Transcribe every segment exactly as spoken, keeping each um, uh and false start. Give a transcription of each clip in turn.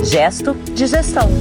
Gesto de Gestão.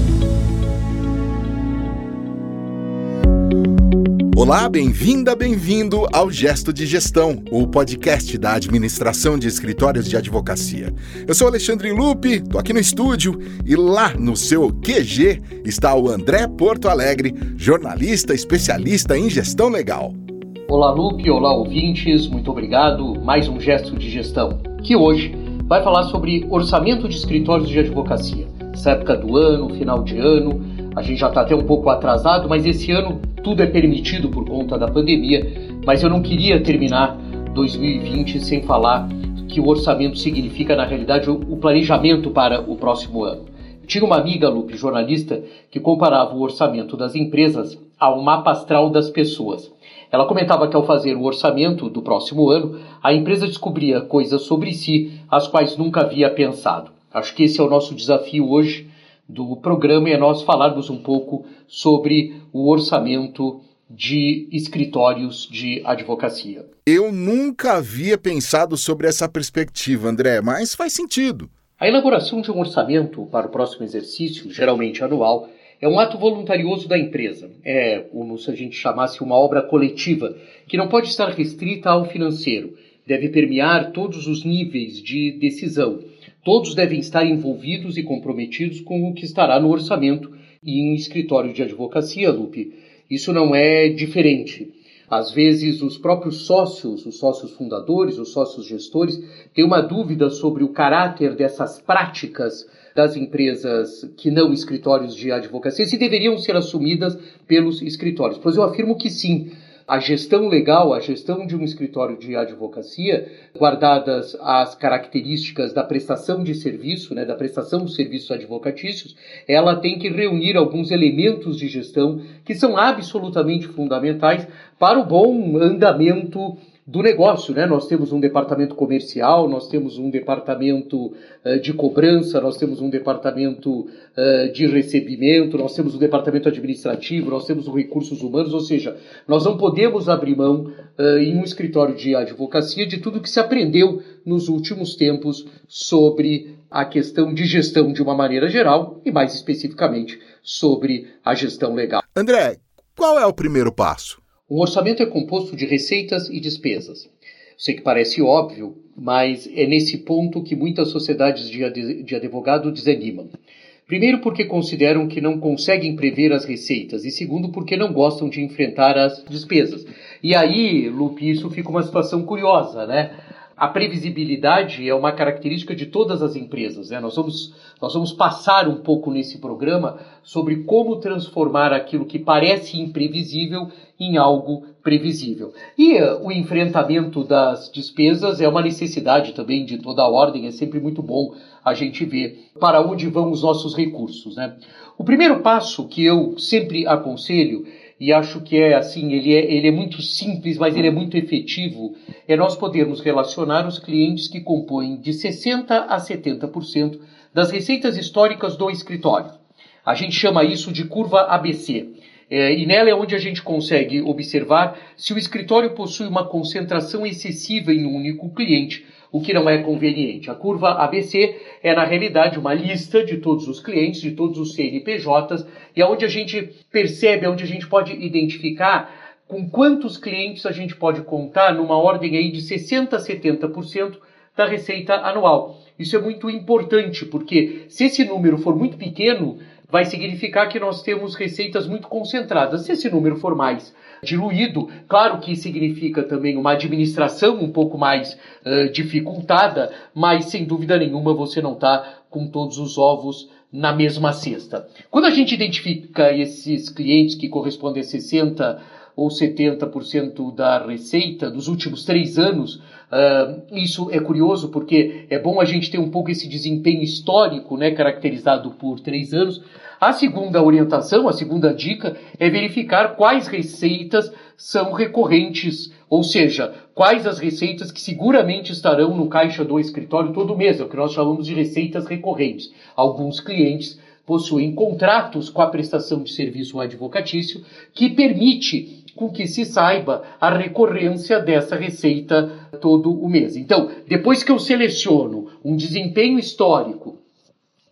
Olá, bem-vinda, bem-vindo ao Gesto de Gestão, o podcast da administração de escritórios de advocacia. Eu sou Alexandre Lupe, estou aqui no estúdio e lá no seu Q G está o André Porto Alegre, jornalista especialista em gestão legal. Olá, Lupe, olá, ouvintes, muito obrigado. Mais um Gesto de Gestão, que hoje vai falar sobre orçamento de escritórios de advocacia. Essa época do ano, final de ano, a gente já está até um pouco atrasado, mas esse ano tudo é permitido por conta da pandemia, mas eu não queria terminar dois mil e vinte sem falar que o orçamento significa, na realidade, o planejamento para o próximo ano. Eu tinha uma amiga, Lupe, jornalista, que comparava o orçamento das empresas ao mapa astral das pessoas. Ela comentava que ao fazer o orçamento do próximo ano, a empresa descobria coisas sobre si, as quais nunca havia pensado. Acho que esse é o nosso desafio hoje do programa, é nós falarmos um pouco sobre o orçamento de escritórios de advocacia. Eu nunca havia pensado sobre essa perspectiva, André, mas faz sentido. A elaboração de um orçamento para o próximo exercício, geralmente anual, é um ato voluntarioso da empresa. É como se a gente chamasse uma obra coletiva, que não pode estar restrita ao financeiro. Deve permear todos os níveis de decisão. Todos devem estar envolvidos e comprometidos com o que estará no orçamento. E em escritório de advocacia, Lupe, isso não é diferente. Às vezes, os próprios sócios, os sócios fundadores, os sócios gestores, têm uma dúvida sobre o caráter dessas práticas das empresas que não escritórios de advocacia, se deveriam ser assumidas pelos escritórios. Pois eu afirmo que sim. A gestão legal, a gestão de um escritório de advocacia, guardadas as características da prestação de serviço, né, da prestação dos serviços advocatícios, ela tem que reunir alguns elementos de gestão que são absolutamente fundamentais para o bom andamento do negócio, né? Nós temos um departamento comercial, nós temos um departamento uh, de cobrança, nós temos um departamento uh, de recebimento, nós temos um departamento administrativo, nós temos os recursos humanos, ou seja, nós não podemos abrir mão uh, em um escritório de advocacia de tudo que se aprendeu nos últimos tempos sobre a questão de gestão de uma maneira geral e mais especificamente sobre a gestão legal. André, qual é o primeiro passo? Um orçamento é composto de receitas e despesas. Eu sei que parece óbvio, mas é nesse ponto que muitas sociedades de advogado desanimam. Primeiro, porque consideram que não conseguem prever as receitas, e segundo, porque não gostam de enfrentar as despesas. E aí, Lupe, isso fica uma situação curiosa, né? A previsibilidade é uma característica de todas as empresas, né? Nós vamos, nós vamos passar um pouco nesse programa sobre como transformar aquilo que parece imprevisível em algo previsível. E uh, o enfrentamento das despesas é uma necessidade também de toda a ordem, é sempre muito bom a gente ver para onde vão os nossos recursos, né? O primeiro passo que eu sempre aconselho, e acho que é assim, ele é, ele é muito simples, mas ele é muito efetivo, é nós podermos relacionar os clientes que compõem de sessenta a setenta por cento das receitas históricas do escritório. A gente chama isso de curva A B C. É, e nela é onde a gente consegue observar se o escritório possui uma concentração excessiva em um único cliente, o que não é conveniente. A curva A B C é, na realidade, uma lista de todos os clientes, de todos os C N P Js, e é onde a gente percebe, é onde a gente pode identificar com quantos clientes a gente pode contar numa ordem aí de sessenta a setenta por cento da receita anual. Isso é muito importante, porque se esse número for muito pequeno, vai significar que nós temos receitas muito concentradas. Se esse número for mais diluído, claro que significa também uma administração um pouco mais uh, dificultada, mas sem dúvida nenhuma você não está com todos os ovos na mesma cesta. Quando a gente identifica esses clientes que correspondem a sessenta ou setenta por cento da receita dos últimos três anos, uh, isso é curioso porque é bom a gente ter um pouco esse desempenho histórico, né, caracterizado por três anos. A segunda orientação, a segunda dica é verificar quais receitas são recorrentes, ou seja, quais as receitas que seguramente estarão no caixa do escritório todo mês, é o que nós chamamos de receitas recorrentes. Alguns clientes possuem contratos com a prestação de serviço advocatício que permite com que se saiba a recorrência dessa receita todo o mês. Então, depois que eu seleciono um desempenho histórico,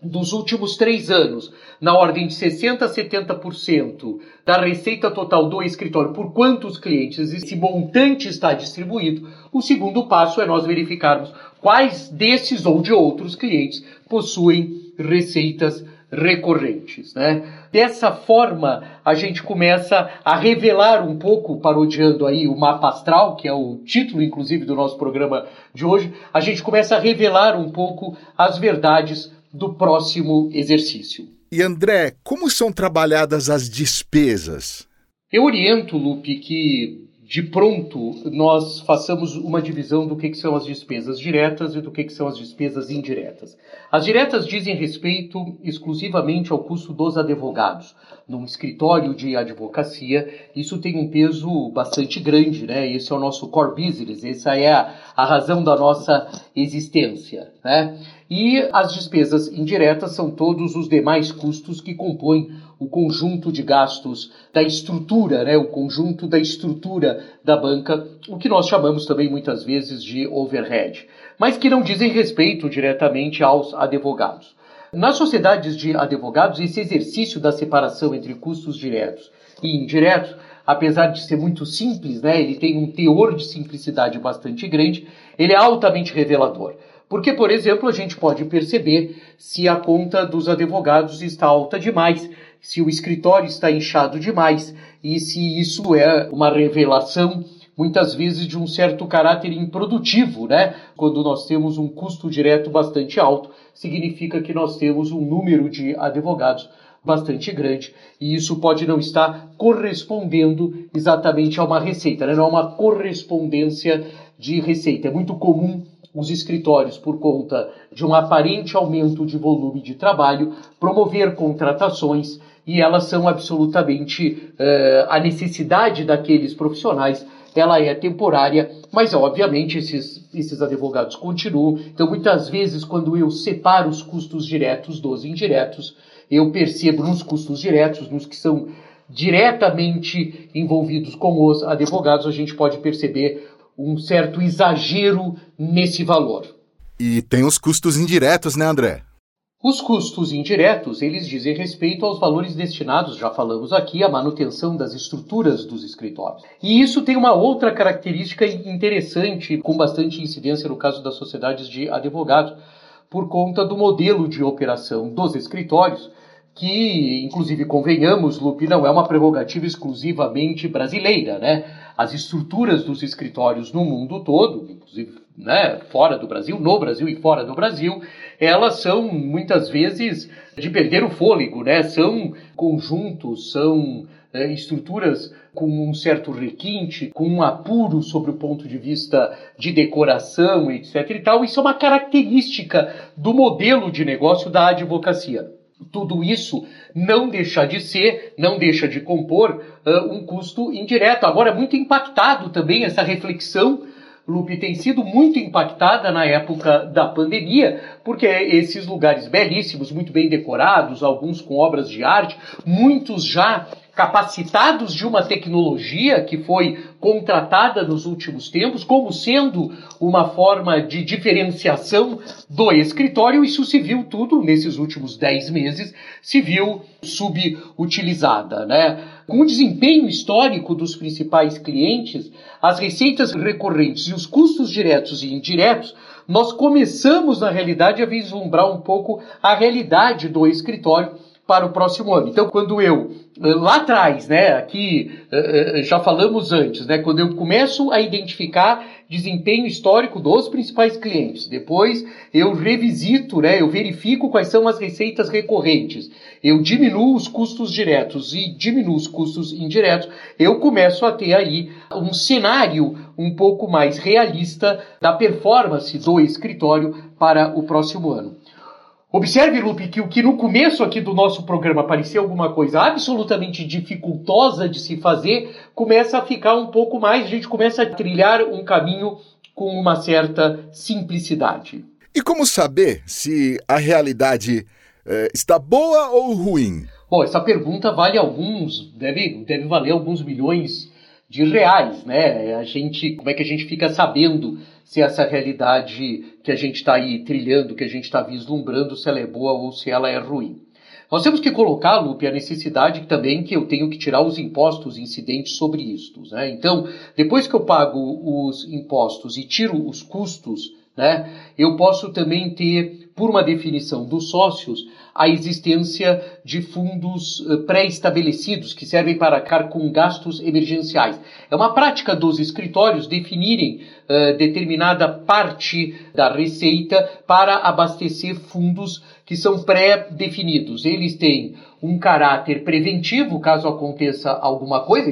dos últimos três anos, na ordem de sessenta por cento a setenta por cento da receita total do escritório, por quantos clientes esse montante está distribuído, o segundo passo é nós verificarmos quais desses ou de outros clientes possuem receitas recorrentes, né? Dessa forma, a gente começa a revelar um pouco, parodiando aí o mapa astral, que é o título, inclusive, do nosso programa de hoje, a gente começa a revelar um pouco as verdades do próximo exercício. E André, como são trabalhadas as despesas? Eu oriento, Lupe, que de pronto nós façamos uma divisão do que, que são as despesas diretas e do que, que são as despesas indiretas. As diretas dizem respeito exclusivamente ao custo dos advogados. Num escritório de advocacia, isso tem um peso bastante grande, né? Esse é o nosso core business, essa é a, a razão da nossa existência, né? E as despesas indiretas são todos os demais custos que compõem o conjunto de gastos da estrutura, né? O conjunto da estrutura da banca, o que nós chamamos também muitas vezes de overhead, mas que não dizem respeito diretamente aos advogados. Nas sociedades de advogados, esse exercício da separação entre custos diretos e indiretos, apesar de ser muito simples, né? Ele tem um teor de simplicidade bastante grande, ele é altamente revelador. Porque, por exemplo, a gente pode perceber se a conta dos advogados está alta demais, se o escritório está inchado demais e se isso é uma revelação, muitas vezes, de um certo caráter improdutivo, né? Quando nós temos um custo direto bastante alto, significa que nós temos um número de advogados bastante grande e isso pode não estar correspondendo exatamente a uma receita, né? Não é uma correspondência de receita. É muito comum os escritórios, por conta de um aparente aumento de volume de trabalho, promover contratações e elas são absolutamente uh, a necessidade daqueles profissionais, ela é temporária, mas obviamente esses, esses advogados continuam. Então muitas vezes quando eu separo os custos diretos dos indiretos, eu percebo nos custos diretos, nos que são diretamente envolvidos com os advogados, a gente pode perceber um certo exagero nesse valor. E tem os custos indiretos, né, André? Os custos indiretos, eles dizem respeito aos valores destinados, já falamos aqui, à manutenção das estruturas dos escritórios. E isso tem uma outra característica interessante, com bastante incidência no caso das sociedades de advogados, por conta do modelo de operação dos escritórios, que, inclusive, convenhamos, Lupe, não é uma prerrogativa exclusivamente brasileira, né? As estruturas dos escritórios no mundo todo, inclusive, né, fora do Brasil, no Brasil e fora do Brasil, elas são, muitas vezes, de perder o fôlego, né? São conjuntos, são é, estruturas com um certo requinte, com um apuro sobre o ponto de vista de decoração, etc e tal. Isso é uma característica do modelo de negócio da advocacia. Tudo isso não deixa de ser, não deixa de compor uh, um custo indireto. Agora, muito impactado também essa reflexão, Lupe, tem sido muito impactada na época da pandemia, porque esses lugares belíssimos, muito bem decorados, alguns com obras de arte, muitos já capacitados de uma tecnologia que foi contratada nos últimos tempos, como sendo uma forma de diferenciação do escritório, isso se viu tudo, nesses últimos dez meses, se viu subutilizada, né? Com o desempenho histórico dos principais clientes, as receitas recorrentes e os custos diretos e indiretos, nós começamos, na realidade, a vislumbrar um pouco a realidade do escritório para o próximo ano. Então, quando eu, lá atrás, né, aqui já falamos antes, né, quando eu começo a identificar desempenho histórico dos principais clientes, depois eu revisito, né, eu verifico quais são as receitas recorrentes, eu diminuo os custos diretos e diminuo os custos indiretos, eu começo a ter aí um cenário um pouco mais realista da performance do escritório para o próximo ano. Observe, Lupe, que o que no começo aqui do nosso programa parecia alguma coisa absolutamente dificultosa de se fazer, começa a ficar um pouco mais, a gente começa a trilhar um caminho com uma certa simplicidade. E como saber se a realidade eh, está boa ou ruim? Bom, essa pergunta vale alguns, deve, deve valer alguns milhões de reais, né? A gente, como é que a gente fica sabendo se essa realidade que a gente está aí trilhando, que a gente está vislumbrando, se ela é boa ou se ela é ruim? Nós temos que colocar, Lupe, a necessidade também que eu tenho que tirar os impostos incidentes sobre isto, né? Então, depois que eu pago os impostos e tiro os custos, né, eu posso também ter, por uma definição dos sócios, a existência de fundos uh, pré-estabelecidos que servem para arcar com gastos emergenciais. É uma prática dos escritórios definirem uh, determinada parte da receita para abastecer fundos que são pré-definidos. Eles têm um caráter preventivo, caso aconteça alguma coisa.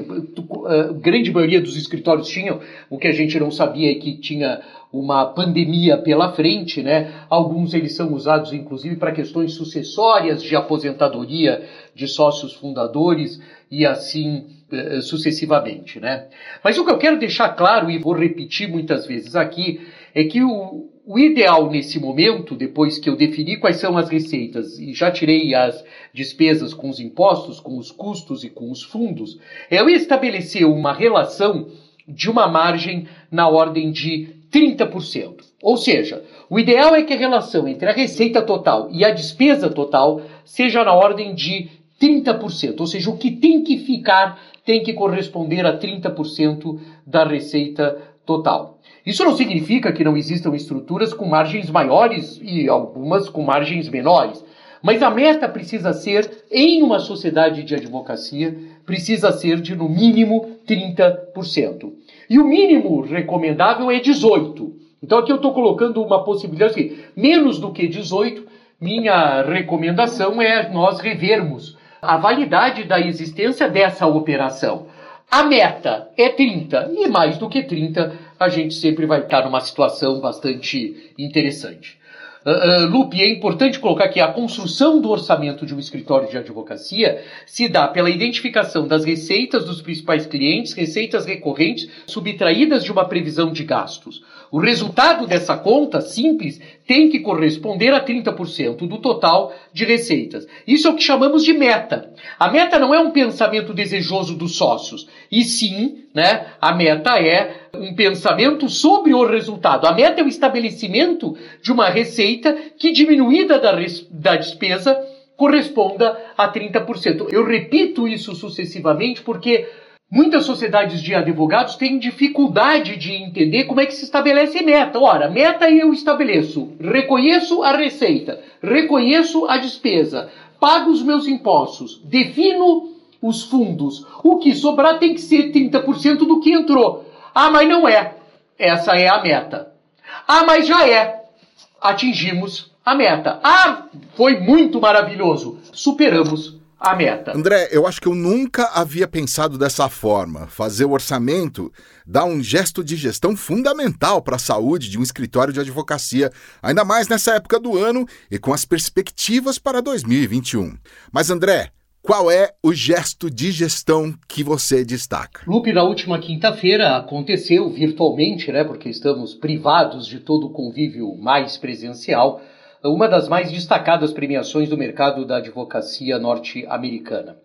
A grande maioria dos escritórios tinham, o que a gente não sabia é que tinha uma pandemia pela frente, né? Alguns eles são usados, inclusive, para questões sucessórias de aposentadoria de sócios fundadores e assim eh, sucessivamente, né? Mas o que eu quero deixar claro, e vou repetir muitas vezes aqui, é que o, o ideal nesse momento, depois que eu defini quais são as receitas e já tirei as despesas com os impostos, com os custos e com os fundos, é eu estabelecer uma relação de uma margem na ordem de trinta por cento. Ou seja, o ideal é que a relação entre a receita total e a despesa total seja na ordem de trinta por cento. Ou seja, o que tem que ficar tem que corresponder a trinta por cento da receita total. Isso não significa que não existam estruturas com margens maiores e algumas com margens menores. Mas a meta precisa ser, em uma sociedade de advocacia, precisa ser de no mínimo trinta por cento. E o mínimo recomendável é dezoito por cento. Então aqui eu estou colocando uma possibilidade assim, menos do que dezoito por cento, minha recomendação é nós revermos a validade da existência dessa operação. A meta é trinta, e mais do que trinta, a gente sempre vai estar numa situação bastante interessante. Uh, uh, Lupe, é importante colocar que a construção do orçamento de um escritório de advocacia se dá pela identificação das receitas dos principais clientes, receitas recorrentes subtraídas de uma previsão de gastos. O resultado dessa conta simples tem que corresponder a trinta por cento do total de receitas. Isso é o que chamamos de meta. A meta não é um pensamento desejoso dos sócios, e sim, né, a meta é um pensamento sobre o resultado. A meta é o estabelecimento de uma receita que, diminuída da, res, da despesa, corresponda a trinta por cento. Eu repito isso sucessivamente porque muitas sociedades de advogados têm dificuldade de entender como é que se estabelece meta. Ora, meta eu estabeleço, reconheço a receita, reconheço a despesa, pago os meus impostos, defino os fundos. O que sobrar tem que ser trinta por cento do que entrou. Ah, mas não é. Essa é a meta. Ah, mas já é. Atingimos a meta. Ah, foi muito maravilhoso. Superamos a meta. André, eu acho que eu nunca havia pensado dessa forma. Fazer o orçamento dá um gesto de gestão fundamental para a saúde de um escritório de advocacia, ainda mais nessa época do ano e com as perspectivas para dois mil e vinte e um. Mas, André, qual é o gesto de gestão que você destaca? Lupe, na última quinta-feira aconteceu virtualmente, né, porque estamos privados de todo o convívio mais presencial, uma das mais destacadas premiações do mercado da advocacia norte-americana.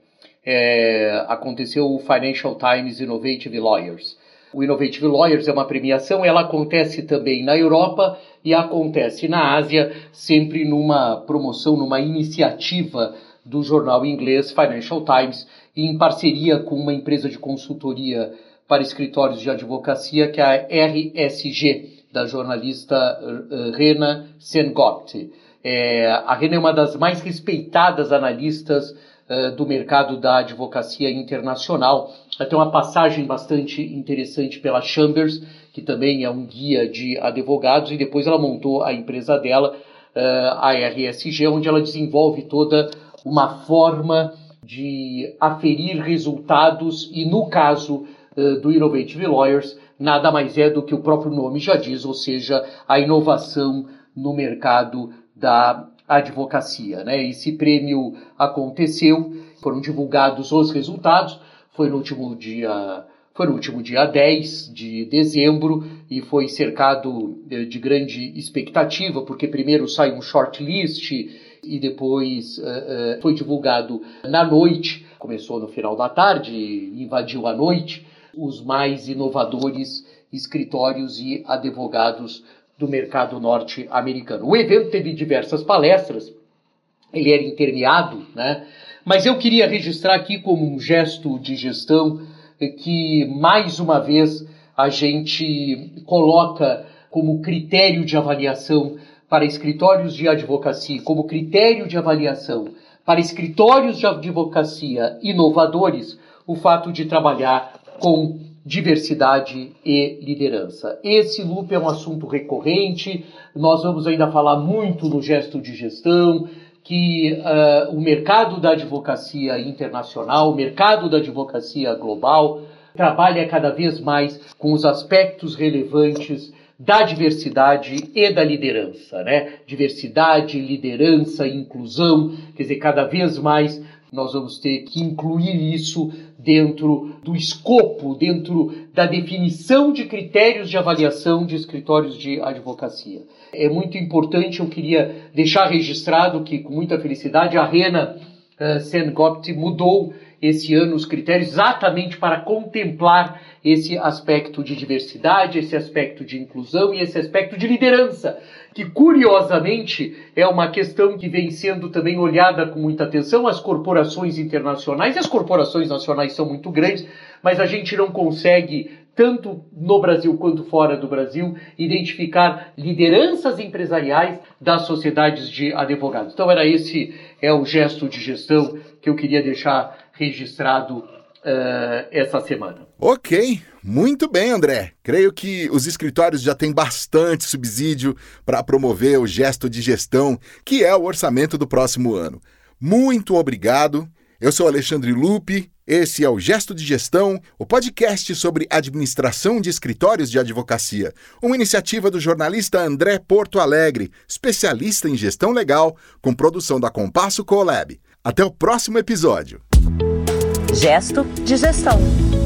É, aconteceu o Financial Times Innovative Lawyers. O Innovative Lawyers é uma premiação, ela acontece também na Europa e acontece na Ásia, sempre numa promoção, numa iniciativa do jornal inglês Financial Times, em parceria com uma empresa de consultoria para escritórios de advocacia, que é a R S G, da jornalista uh, Rena Sengotti. É, a Rena é uma das mais respeitadas analistas uh, do mercado da advocacia internacional. Ela tem uma passagem bastante interessante pela Chambers, que também é um guia de advogados, e depois ela montou a empresa dela, uh, a R S G, onde ela desenvolve toda uma forma de aferir resultados e, no caso uh, do Innovative Lawyers, nada mais é do que o próprio nome já diz, ou seja, a inovação no mercado da advocacia, né? Esse prêmio aconteceu, foram divulgados os resultados, foi no último dia, foi no último dia dez de dezembro e foi cercado de grande expectativa, porque primeiro sai um shortlist e depois uh, uh, foi divulgado na noite, começou no final da tarde, invadiu a noite, os mais inovadores escritórios e advogados do mercado norte-americano. O evento teve diversas palestras, ele era intermeado, né? Mas eu queria registrar aqui como um gesto de gestão que, mais uma vez, a gente coloca como critério de avaliação para escritórios de advocacia, como critério de avaliação para escritórios de advocacia inovadores, o fato de trabalhar com diversidade e liderança. Esse, Lupe, é um assunto recorrente, nós vamos ainda falar muito no gesto de gestão, que uh, o mercado da advocacia internacional, o mercado da advocacia global, trabalha cada vez mais com os aspectos relevantes da diversidade e da liderança, né? Diversidade, liderança, inclusão, quer dizer, cada vez mais nós vamos ter que incluir isso dentro do escopo, dentro da definição de critérios de avaliação de escritórios de advocacia. É muito importante, eu queria deixar registrado que, com muita felicidade, a Rena uh, Sengopt mudou esse ano os critérios exatamente para contemplar esse aspecto de diversidade, esse aspecto de inclusão e esse aspecto de liderança, que curiosamente é uma questão que vem sendo também olhada com muita atenção. As corporações internacionais e as corporações nacionais são muito grandes, mas a gente não consegue, tanto no Brasil quanto fora do Brasil, identificar lideranças empresariais das sociedades de advogados. Então era esse é o gesto de gestão que eu queria deixar registrado uh, essa semana. Ok, muito bem, André. Creio que os escritórios já têm bastante subsídio para promover o gesto de gestão, que é o orçamento do próximo ano. Muito obrigado. Eu sou Alexandre Lupe, esse é o Gesto de Gestão, o podcast sobre administração de escritórios de advocacia, uma iniciativa do jornalista André Porto Alegre, especialista em gestão legal, com produção da Compasso Colab. Até o próximo episódio. Gesto de Gestão.